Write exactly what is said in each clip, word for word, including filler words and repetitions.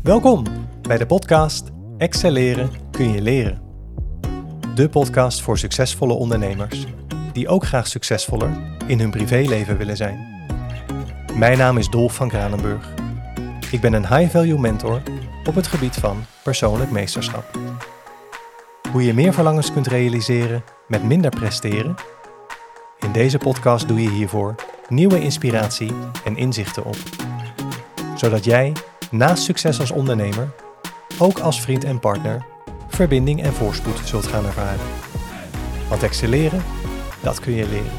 Welkom bij de podcast Excelleren kun je leren. De podcast voor succesvolle ondernemers die ook graag succesvoller in hun privéleven willen zijn. Mijn naam is Dolf van Kranenburg. Ik ben een high-value mentor op het gebied van persoonlijk meesterschap. Hoe je meer verlangens kunt realiseren met minder presteren? In deze podcast doe je hiervoor nieuwe inspiratie en inzichten op. Zodat jij naast succes als ondernemer, ook als vriend en partner, verbinding en voorspoed zult gaan ervaren. Want excelleren, dat kun je leren.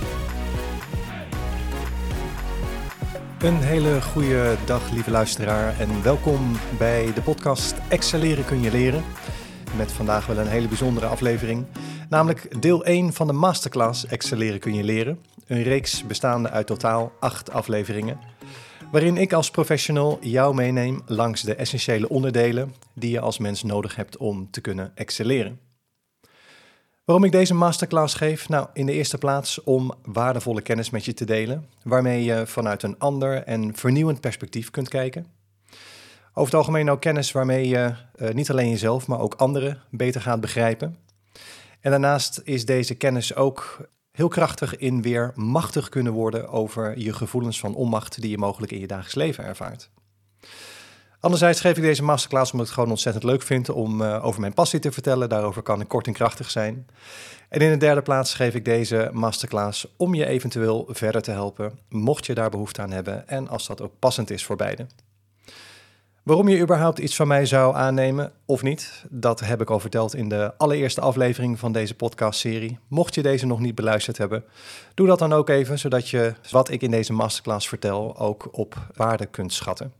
Een hele goede dag, lieve luisteraar, en welkom bij de podcast Excelleren kun je leren. Met vandaag wel een hele bijzondere aflevering, namelijk deel één van de masterclass Excelleren kun je leren. Een reeks bestaande uit totaal acht afleveringen, waarin ik als professional jou meeneem langs de essentiële onderdelen die je als mens nodig hebt om te kunnen excelleren. Waarom ik deze masterclass geef? Nou, in de eerste plaats om waardevolle kennis met je te delen, waarmee je vanuit een ander en vernieuwend perspectief kunt kijken. Over het algemeen ook kennis waarmee je uh, niet alleen jezelf, maar ook anderen beter gaat begrijpen. En daarnaast is deze kennis ook heel krachtig in weer machtig kunnen worden over je gevoelens van onmacht die je mogelijk in je dagelijks leven ervaart. Anderzijds geef ik deze masterclass omdat ik het gewoon ontzettend leuk vind om uh, over mijn passie te vertellen. Daarover kan ik kort en krachtig zijn. En in de derde plaats geef ik deze masterclass om je eventueel verder te helpen, mocht je daar behoefte aan hebben en als dat ook passend is voor beiden. Waarom je überhaupt iets van mij zou aannemen of niet, dat heb ik al verteld in de allereerste aflevering van deze podcastserie. Mocht je deze nog niet beluisterd hebben, doe dat dan ook even, zodat je wat ik in deze masterclass vertel ook op waarde kunt schatten.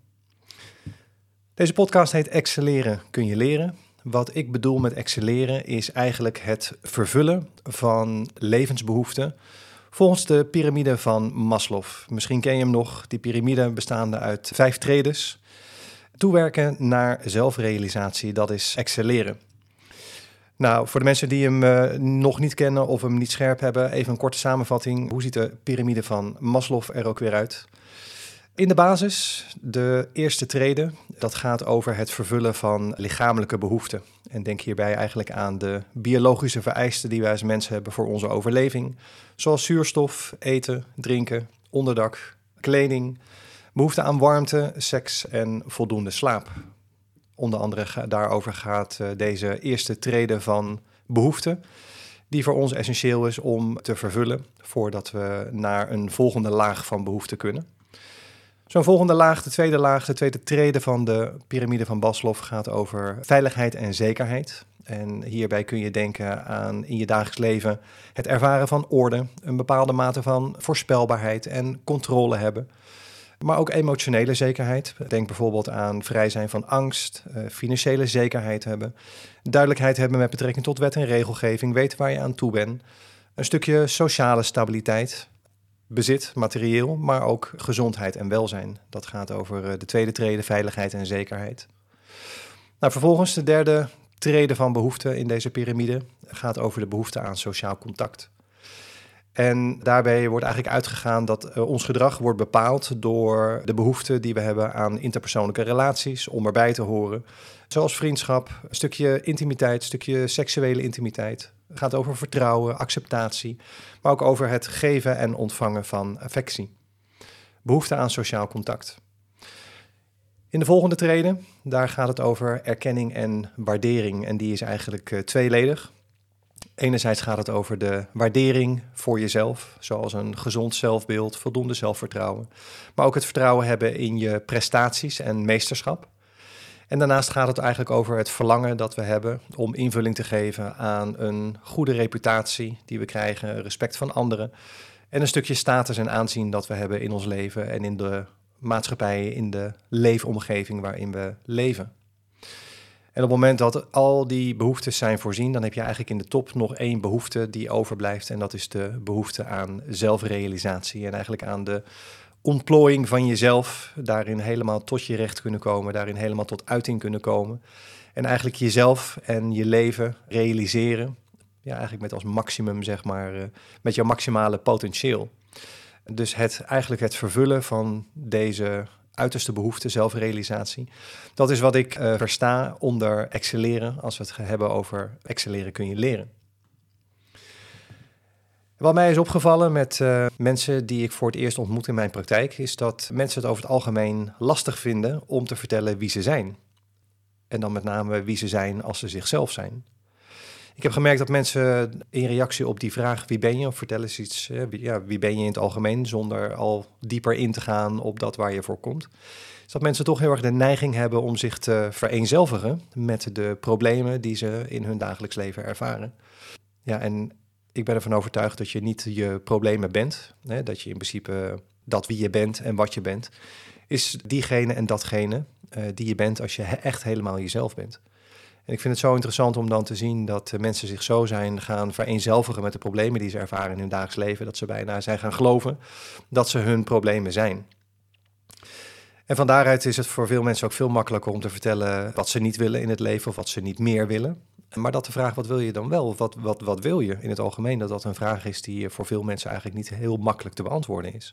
Deze podcast heet Excelleren kun je leren. Wat ik bedoel met excelleren is eigenlijk het vervullen van levensbehoeften volgens de piramide van Maslow. Misschien ken je hem nog, die piramide bestaande uit vijf tredes. Toewerken naar zelfrealisatie, dat is excelleren. Nou, voor de mensen die hem uh, nog niet kennen of hem niet scherp hebben, even een korte samenvatting. Hoe ziet de piramide van Maslow er ook weer uit? In de basis, de eerste trede, dat gaat over het vervullen van lichamelijke behoeften. En denk hierbij eigenlijk aan de biologische vereisten die wij als mensen hebben voor onze overleving. Zoals zuurstof, eten, drinken, onderdak, kleding, behoefte aan warmte, seks en voldoende slaap. Onder andere ga, daarover gaat uh, deze eerste trede van behoeften, die voor ons essentieel is om te vervullen voordat we naar een volgende laag van behoeften kunnen. Zo'n volgende laag, de tweede laag, de tweede trede van de piramide van Maslow gaat over veiligheid en zekerheid. En hierbij kun je denken aan in je dagelijks leven het ervaren van orde, een bepaalde mate van voorspelbaarheid en controle hebben. Maar ook emotionele zekerheid. Denk bijvoorbeeld aan vrij zijn van angst, uh, financiële zekerheid hebben, duidelijkheid hebben met betrekking tot wet en regelgeving, weten waar je aan toe bent. Een stukje sociale stabiliteit, bezit, materieel, maar ook gezondheid en welzijn. Dat gaat over uh, de tweede trede, veiligheid en zekerheid. Nou, vervolgens de derde trede van behoefte in deze piramide gaat over de behoefte aan sociaal contact. En daarbij wordt eigenlijk uitgegaan dat uh, ons gedrag wordt bepaald door de behoefte die we hebben aan interpersoonlijke relaties, om erbij te horen. Zoals vriendschap, een stukje intimiteit, een stukje seksuele intimiteit. Het gaat over vertrouwen, acceptatie, maar ook over het geven en ontvangen van affectie. Behoefte aan sociaal contact. In de volgende trede, daar gaat het over erkenning en waardering. En die is eigenlijk uh, tweeledig. Enerzijds gaat het over de waardering voor jezelf, zoals een gezond zelfbeeld, voldoende zelfvertrouwen. Maar ook het vertrouwen hebben in je prestaties en meesterschap. En daarnaast gaat het eigenlijk over het verlangen dat we hebben om invulling te geven aan een goede reputatie die we krijgen, respect van anderen. En een stukje status en aanzien dat we hebben in ons leven en in de maatschappij, in de leefomgeving waarin we leven. En op het moment dat al die behoeftes zijn voorzien, dan heb je eigenlijk in de top nog één behoefte die overblijft. En dat is de behoefte aan zelfrealisatie en eigenlijk aan de ontplooiing van jezelf. Daarin helemaal tot je recht kunnen komen, daarin helemaal tot uiting kunnen komen. En eigenlijk jezelf en je leven realiseren. Ja, eigenlijk met als maximum, zeg maar, uh, met jouw maximale potentieel. Dus het, eigenlijk het vervullen van deze uiterste behoefte, zelfrealisatie. Dat is wat ik uh, versta onder excelleren, als we het hebben over excelleren kun je leren. Wat mij is opgevallen met uh, mensen die ik voor het eerst ontmoet in mijn praktijk, is dat mensen het over het algemeen lastig vinden om te vertellen wie ze zijn. En dan met name wie ze zijn als ze zichzelf zijn. Ik heb gemerkt dat mensen in reactie op die vraag wie ben je, of vertel eens iets, wie, ja, wie ben je in het algemeen, zonder al dieper in te gaan op dat waar je voor komt, is dat mensen toch heel erg de neiging hebben om zich te vereenzelvigen met de problemen die ze in hun dagelijks leven ervaren. Ja, en ik ben ervan overtuigd dat je niet je problemen bent, hè, dat je in principe dat wie je bent en wat je bent, is diegene en datgene uh, die je bent als je he- echt helemaal jezelf bent. En ik vind het zo interessant om dan te zien dat mensen zich zo zijn gaan vereenzelvigen met de problemen die ze ervaren in hun dagelijks leven, dat ze bijna zijn gaan geloven dat ze hun problemen zijn. En van daaruit is het voor veel mensen ook veel makkelijker om te vertellen wat ze niet willen in het leven of wat ze niet meer willen. Maar dat de vraag, wat wil je dan wel? Wat, wat, wat wil je in het algemeen? Dat dat een vraag is die voor veel mensen eigenlijk niet heel makkelijk te beantwoorden is.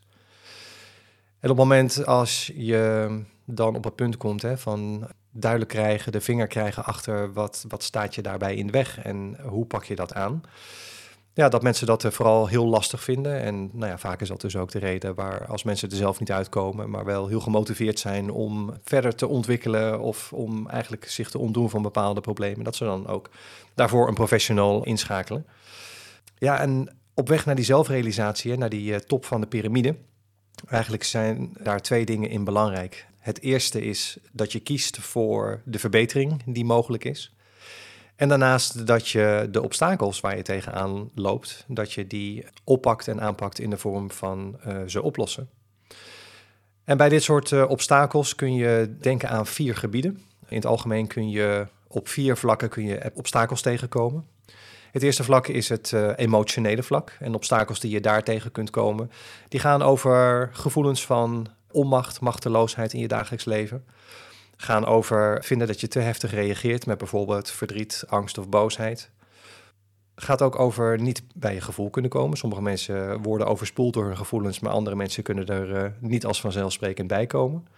En op het moment als je dan op het punt komt hè, van duidelijk krijgen, de vinger krijgen achter wat, wat staat je daarbij in de weg en hoe pak je dat aan? Ja, dat mensen dat vooral heel lastig vinden. En nou ja, vaak is dat dus ook de reden waar als mensen er zelf niet uitkomen, maar wel heel gemotiveerd zijn om verder te ontwikkelen of om eigenlijk zich te ontdoen van bepaalde problemen, dat ze dan ook daarvoor een professional inschakelen. Ja, en op weg naar die zelfrealisatie, naar die uh, top van de piramide, eigenlijk zijn daar twee dingen in belangrijk. Het eerste is dat je kiest voor de verbetering die mogelijk is. En daarnaast dat je de obstakels waar je tegenaan loopt, dat je die oppakt en aanpakt in de vorm van uh, ze oplossen. En bij dit soort uh, obstakels kun je denken aan vier gebieden. In het algemeen kun je op vier vlakken kun je obstakels tegenkomen. Het eerste vlak is het uh, emotionele vlak. En obstakels die je daar tegen kunt komen, die gaan over gevoelens van onmacht, machteloosheid in je dagelijks leven. Gaan over vinden dat je te heftig reageert met bijvoorbeeld verdriet, angst of boosheid. Gaat ook over niet bij je gevoel kunnen komen. Sommige mensen worden overspoeld door hun gevoelens, maar andere mensen kunnen er uh, niet als vanzelfsprekend bij komen.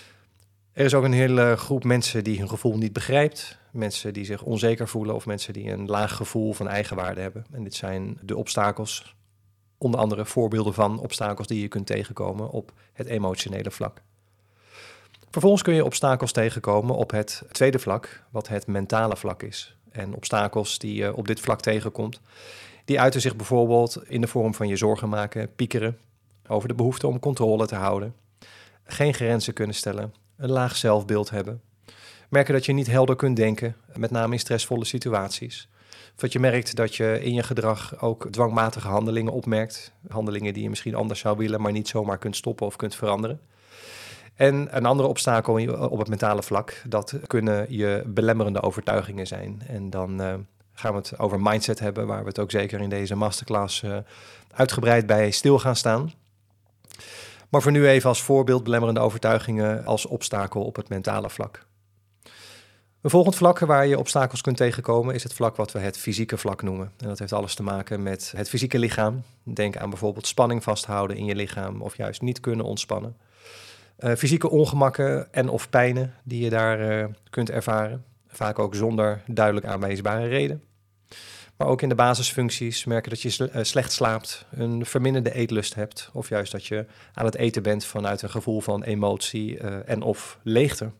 Er is ook een hele groep mensen die hun gevoel niet begrijpt. Mensen die zich onzeker voelen of mensen die een laag gevoel van eigenwaarde hebben. En dit zijn de obstakels, onder andere voorbeelden van obstakels die je kunt tegenkomen op het emotionele vlak. Vervolgens kun je obstakels tegenkomen op het tweede vlak, wat het mentale vlak is. En obstakels die je op dit vlak tegenkomt, die uiten zich bijvoorbeeld in de vorm van je zorgen maken, piekeren, over de behoefte om controle te houden, geen grenzen kunnen stellen, een laag zelfbeeld hebben, merken dat je niet helder kunt denken, met name in stressvolle situaties. Of dat je merkt dat je in je gedrag ook dwangmatige handelingen opmerkt, handelingen die je misschien anders zou willen, maar niet zomaar kunt stoppen of kunt veranderen. En een andere obstakel op het mentale vlak, dat kunnen je belemmerende overtuigingen zijn. En dan uh, gaan we het over mindset hebben, waar we het ook zeker in deze masterclass uh, uitgebreid bij stil gaan staan. Maar voor nu even als voorbeeld belemmerende overtuigingen als obstakel op het mentale vlak. Een volgend vlak waar je obstakels kunt tegenkomen is het vlak wat we het fysieke vlak noemen. En dat heeft alles te maken met het fysieke lichaam. Denk aan bijvoorbeeld spanning vasthouden in je lichaam of juist niet kunnen ontspannen. Uh, fysieke ongemakken en of pijnen die je daar uh, kunt ervaren. Vaak ook zonder duidelijk aanwijsbare reden. Maar ook in de basisfuncties merken dat je sl- uh, slecht slaapt, een verminderde eetlust hebt. Of juist dat je aan het eten bent vanuit een gevoel van emotie uh, en of leegte.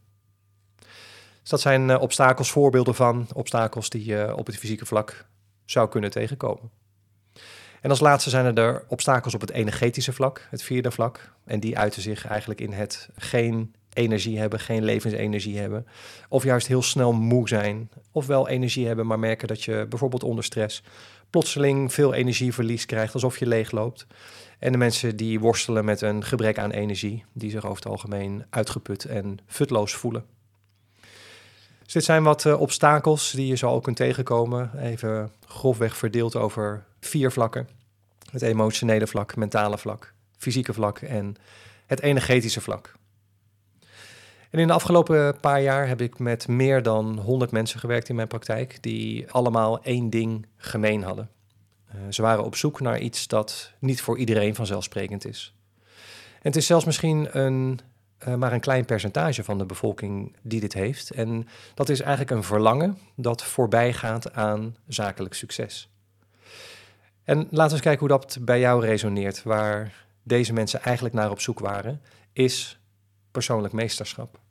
Dus dat zijn uh, obstakels, voorbeelden van obstakels die je op het fysieke vlak zou kunnen tegenkomen. En als laatste zijn er de obstakels op het energetische vlak, het vierde vlak. En die uiten zich eigenlijk in het geen energie hebben, geen levensenergie hebben. Of juist heel snel moe zijn. Ofwel energie hebben, maar merken dat je bijvoorbeeld onder stress plotseling veel energieverlies krijgt, alsof je leegloopt. En de mensen die worstelen met een gebrek aan energie, die zich over het algemeen uitgeput en futloos voelen. Dus dit zijn wat uh, obstakels die je zo ook kunt tegenkomen. Even grofweg verdeeld over vier vlakken. Het emotionele vlak, mentale vlak, fysieke vlak en het energetische vlak. En in de afgelopen paar jaar heb ik met meer dan honderd mensen gewerkt in mijn praktijk die allemaal één ding gemeen hadden. Uh, ze waren op zoek naar iets dat niet voor iedereen vanzelfsprekend is. En het is zelfs misschien een uh, maar een klein percentage van de bevolking die dit heeft. En dat is eigenlijk een verlangen dat voorbij gaat aan zakelijk succes. En laten we eens kijken hoe dat bij jou resoneert. Waar deze mensen eigenlijk naar op zoek waren, is persoonlijk meesterschap.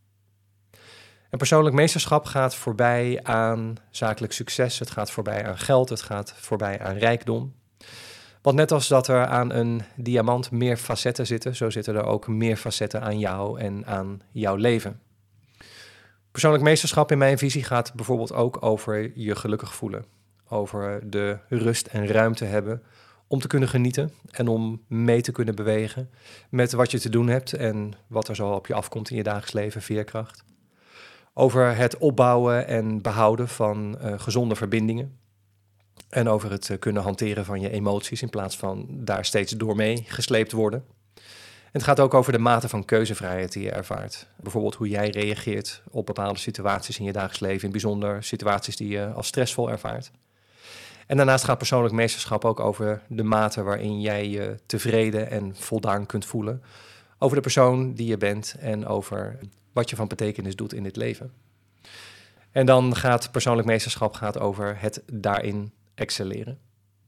En persoonlijk meesterschap gaat voorbij aan zakelijk succes. Het gaat voorbij aan geld. Het gaat voorbij aan rijkdom. Want net als dat er aan een diamant meer facetten zitten, zo zitten er ook meer facetten aan jou en aan jouw leven. Persoonlijk meesterschap in mijn visie gaat bijvoorbeeld ook over je gelukkig voelen. Over de rust en ruimte hebben om te kunnen genieten en om mee te kunnen bewegen met wat je te doen hebt en wat er zo op je afkomt in je dagelijks leven, veerkracht. Over het opbouwen en behouden van uh, gezonde verbindingen. En over het uh, kunnen hanteren van je emoties in plaats van daar steeds door mee gesleept worden. En het gaat ook over de mate van keuzevrijheid die je ervaart. Bijvoorbeeld hoe jij reageert op bepaalde situaties in je dagelijks leven. In het bijzonder situaties die je als stressvol ervaart. En daarnaast gaat persoonlijk meesterschap ook over de mate waarin jij je tevreden en voldaan kunt voelen. Over de persoon die je bent en over wat je van betekenis doet in dit leven. En dan gaat persoonlijk meesterschap gaat over het daarin excelleren.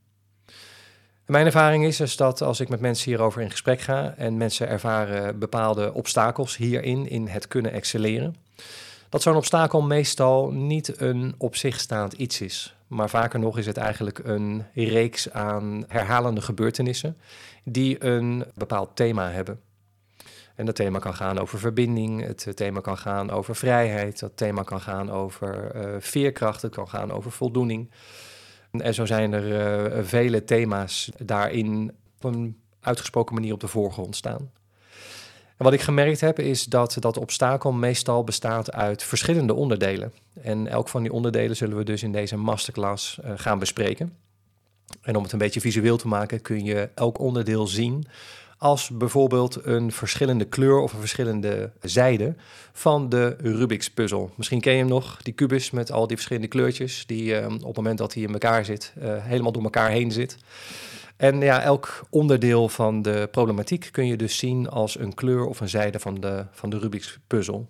Mijn ervaring is dus dat als ik met mensen hierover in gesprek ga en mensen ervaren bepaalde obstakels hierin, in het kunnen excelleren, dat zo'n obstakel meestal niet een op zich staand iets is. Maar vaker nog is het eigenlijk een reeks aan herhalende gebeurtenissen die een bepaald thema hebben. En dat thema kan gaan over verbinding, het thema kan gaan over vrijheid, dat thema kan gaan over uh, veerkracht, het kan gaan over voldoening. En zo zijn er uh, vele thema's daarin op een uitgesproken manier op de voorgrond staan. En wat ik gemerkt heb is dat dat obstakel meestal bestaat uit verschillende onderdelen. En elk van die onderdelen zullen we dus in deze masterclass uh, gaan bespreken. En om het een beetje visueel te maken kun je elk onderdeel zien als bijvoorbeeld een verschillende kleur of een verschillende zijde van de Rubik's puzzel. Misschien ken je hem nog, die kubus met al die verschillende kleurtjes die uh, op het moment dat hij in elkaar zit, uh, helemaal door elkaar heen zit. En ja, elk onderdeel van de problematiek kun je dus zien als een kleur of een zijde van de, van de Rubik's puzzel.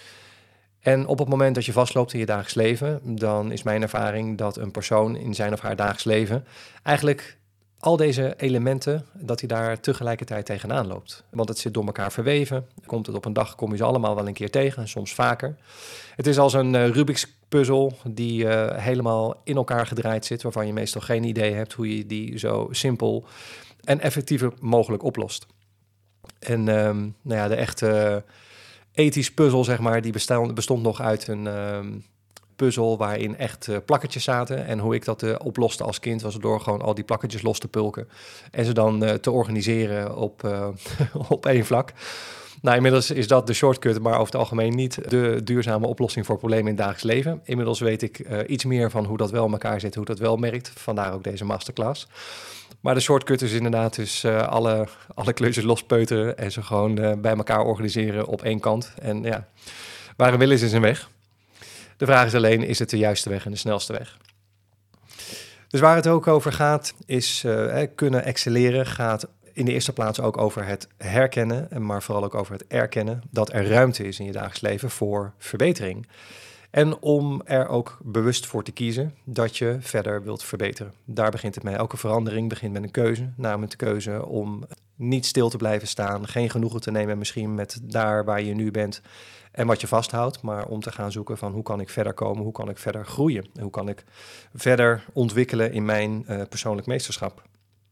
En op het moment dat je vastloopt in je dagelijks leven, dan is mijn ervaring dat een persoon in zijn of haar dagelijks leven eigenlijk al deze elementen, dat hij daar tegelijkertijd tegenaan loopt. Want het zit door elkaar verweven. Komt het op een dag, kom je ze allemaal wel een keer tegen, soms vaker. Het is als een uh, Rubik's puzzel die uh, helemaal in elkaar gedraaid zit, waarvan je meestal geen idee hebt hoe je die zo simpel en effectiever mogelijk oplost. En um, nou ja, de echte ethisch puzzel, zeg maar, die bestond, bestond nog uit een Um, puzzel waarin echt uh, plakketjes zaten. En hoe ik dat uh, oploste als kind was door gewoon al die plakketjes los te pulken en ze dan uh, te organiseren op, uh, op één vlak. Nou, inmiddels is dat de shortcut, maar over het algemeen niet de duurzame oplossing voor problemen in het dagelijks leven. Inmiddels weet ik uh, iets meer van hoe dat wel in elkaar zit, hoe dat wel werkt. Vandaar ook deze masterclass. Maar de shortcut is inderdaad dus uh, alle, alle kleurtjes lospeuteren en ze gewoon uh, bij elkaar organiseren op één kant. En ja, waar een wil is, is een weg. De vraag is alleen, is het de juiste weg en de snelste weg? Dus waar het ook over gaat, is uh, kunnen excelleren, gaat in de eerste plaats ook over het herkennen, maar vooral ook over het erkennen dat er ruimte is in je dagelijks leven voor verbetering. En om er ook bewust voor te kiezen dat je verder wilt verbeteren. Daar begint het mee. Elke verandering begint met een keuze, namelijk de keuze om niet stil te blijven staan, geen genoegen te nemen misschien met daar waar je nu bent en wat je vasthoudt, maar om te gaan zoeken van hoe kan ik verder komen, hoe kan ik verder groeien, hoe kan ik verder ontwikkelen in mijn uh, persoonlijk meesterschap.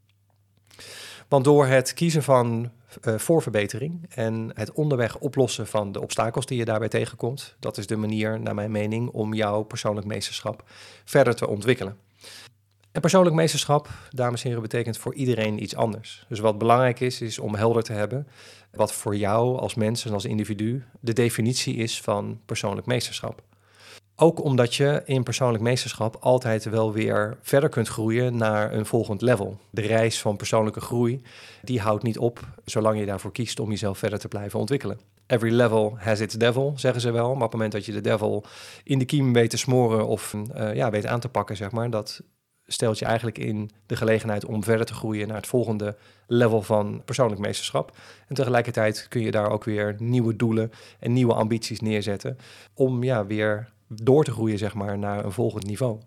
Want door het kiezen van uh, voorverbetering en het onderweg oplossen van de obstakels die je daarbij tegenkomt, dat is de manier, naar mijn mening, om jouw persoonlijk meesterschap verder te ontwikkelen. En persoonlijk meesterschap, dames en heren, betekent voor iedereen iets anders. Dus wat belangrijk is, is om helder te hebben wat voor jou als mens en als individu de definitie is van persoonlijk meesterschap. Ook omdat je in persoonlijk meesterschap altijd wel weer verder kunt groeien naar een volgend level. De reis van persoonlijke groei, die houdt niet op zolang je daarvoor kiest om jezelf verder te blijven ontwikkelen. Every level has its devil, zeggen ze wel. Maar op het moment dat je de devil in de kiem weet te smoren of uh, ja, weet aan te pakken, zeg maar, dat stelt je eigenlijk in de gelegenheid om verder te groeien naar het volgende level van persoonlijk meesterschap. En tegelijkertijd kun je daar ook weer nieuwe doelen en nieuwe ambities neerzetten om ja, weer door te groeien, zeg maar, naar een volgend niveau.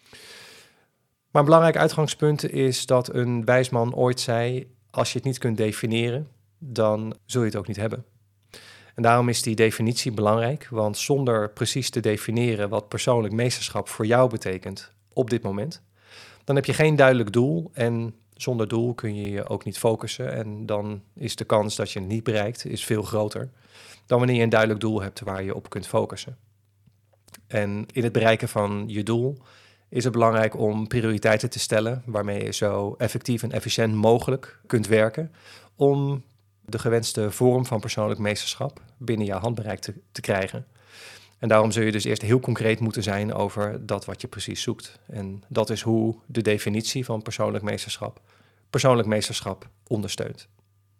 Maar een belangrijk uitgangspunt is dat een wijs man ooit zei: als je het niet kunt definiëren, dan zul je het ook niet hebben. En daarom is die definitie belangrijk, want zonder precies te definiëren wat persoonlijk meesterschap voor jou betekent op dit moment, dan heb je geen duidelijk doel en zonder doel kun je je ook niet focussen en dan is de kans dat je het niet bereikt is veel groter dan wanneer je een duidelijk doel hebt waar je op kunt focussen. En in het bereiken van je doel is het belangrijk om prioriteiten te stellen waarmee je zo effectief en efficiënt mogelijk kunt werken om de gewenste vorm van persoonlijk meesterschap binnen jouw handbereik te, te krijgen. En daarom zul je dus eerst heel concreet moeten zijn over dat wat je precies zoekt. En dat is hoe de definitie van persoonlijk meesterschap persoonlijk meesterschap ondersteunt.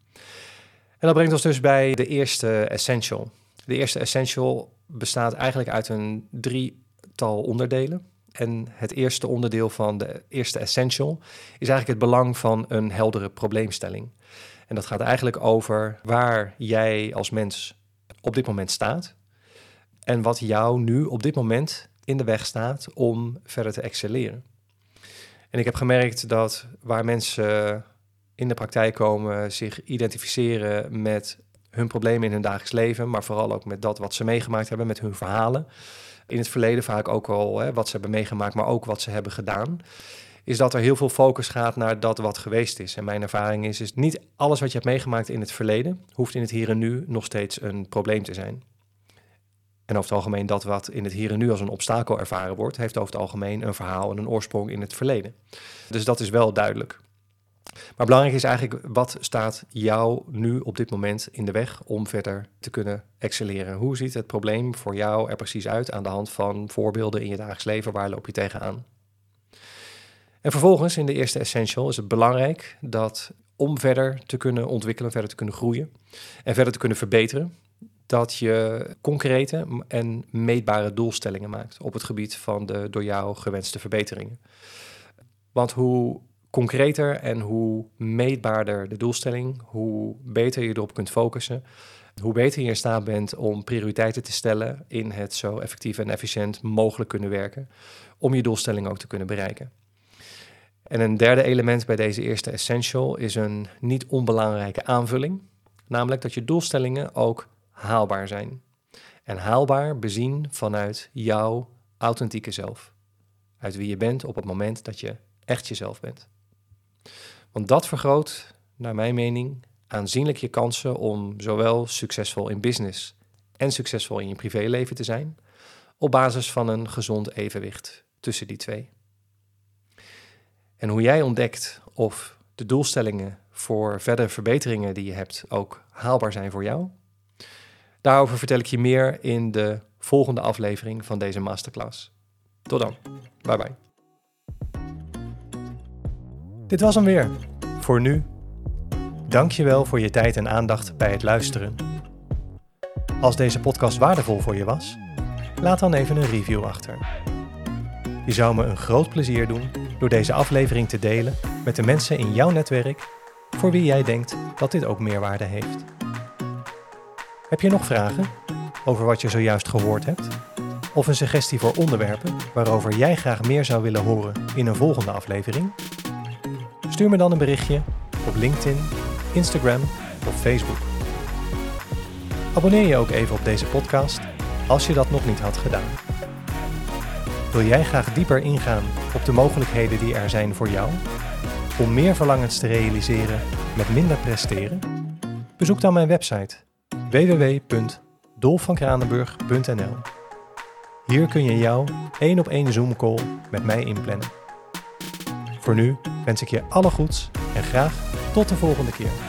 En dat brengt ons dus bij de eerste essential. De eerste essential bestaat eigenlijk uit een drietal onderdelen. En het eerste onderdeel van de eerste essential is eigenlijk het belang van een heldere probleemstelling. En dat gaat eigenlijk over waar jij als mens op dit moment staat en wat jou nu op dit moment in de weg staat om verder te excelleren. En ik heb gemerkt dat waar mensen in de praktijk komen zich identificeren met hun problemen in hun dagelijks leven, maar vooral ook met dat wat ze meegemaakt hebben, met hun verhalen. In het verleden vaak ook al hè, wat ze hebben meegemaakt, maar ook wat ze hebben gedaan, is dat er heel veel focus gaat naar dat wat geweest is. En mijn ervaring is, is niet alles wat je hebt meegemaakt in het verleden hoeft in het hier en nu nog steeds een probleem te zijn. En over het algemeen dat wat in het hier en nu als een obstakel ervaren wordt, heeft over het algemeen een verhaal en een oorsprong in het verleden. Dus dat is wel duidelijk. Maar belangrijk is eigenlijk, wat staat jou nu op dit moment in de weg om verder te kunnen excelleren? Hoe ziet het probleem voor jou er precies uit aan de hand van voorbeelden in je dagelijks leven? Waar loop je tegenaan? En vervolgens in de eerste essential is het belangrijk dat om verder te kunnen ontwikkelen, verder te kunnen groeien en verder te kunnen verbeteren, dat je concrete en meetbare doelstellingen maakt op het gebied van de door jou gewenste verbeteringen. Want hoe concreter en hoe meetbaarder de doelstelling, hoe beter je erop kunt focussen, hoe beter je in staat bent om prioriteiten te stellen in het zo effectief en efficiënt mogelijk kunnen werken, om je doelstelling ook te kunnen bereiken. En een derde element bij deze eerste essential is een niet onbelangrijke aanvulling, namelijk dat je doelstellingen ook haalbaar zijn. En haalbaar bezien vanuit jouw authentieke zelf. Uit wie je bent op het moment dat je echt jezelf bent. Want dat vergroot, naar mijn mening, aanzienlijk je kansen om zowel succesvol in business en succesvol in je privéleven te zijn, op basis van een gezond evenwicht tussen die twee. En hoe jij ontdekt of de doelstellingen voor verdere verbeteringen die je hebt ook haalbaar zijn voor jou, daarover vertel ik je meer in de volgende aflevering van deze masterclass. Tot dan. Bye bye. Dit was hem weer. Voor nu. Dank je wel voor je tijd en aandacht bij het luisteren. Als deze podcast waardevol voor je was, laat dan even een review achter. Je zou me een groot plezier doen door deze aflevering te delen met de mensen in jouw netwerk voor wie jij denkt dat dit ook meerwaarde heeft. Heb je nog vragen over wat je zojuist gehoord hebt? Of een suggestie voor onderwerpen waarover jij graag meer zou willen horen in een volgende aflevering? Stuur me dan een berichtje op LinkedIn, Instagram of Facebook. Abonneer je ook even op deze podcast als je dat nog niet had gedaan. Wil jij graag dieper ingaan op de mogelijkheden die er zijn voor jou om meer verlangens te realiseren met minder presteren? Bezoek dan mijn website w w w punt dolf van kranenburg punt n l. Hier kun je jouw één op één Zoom call met mij inplannen. Voor nu wens ik je alle goeds en graag tot de volgende keer.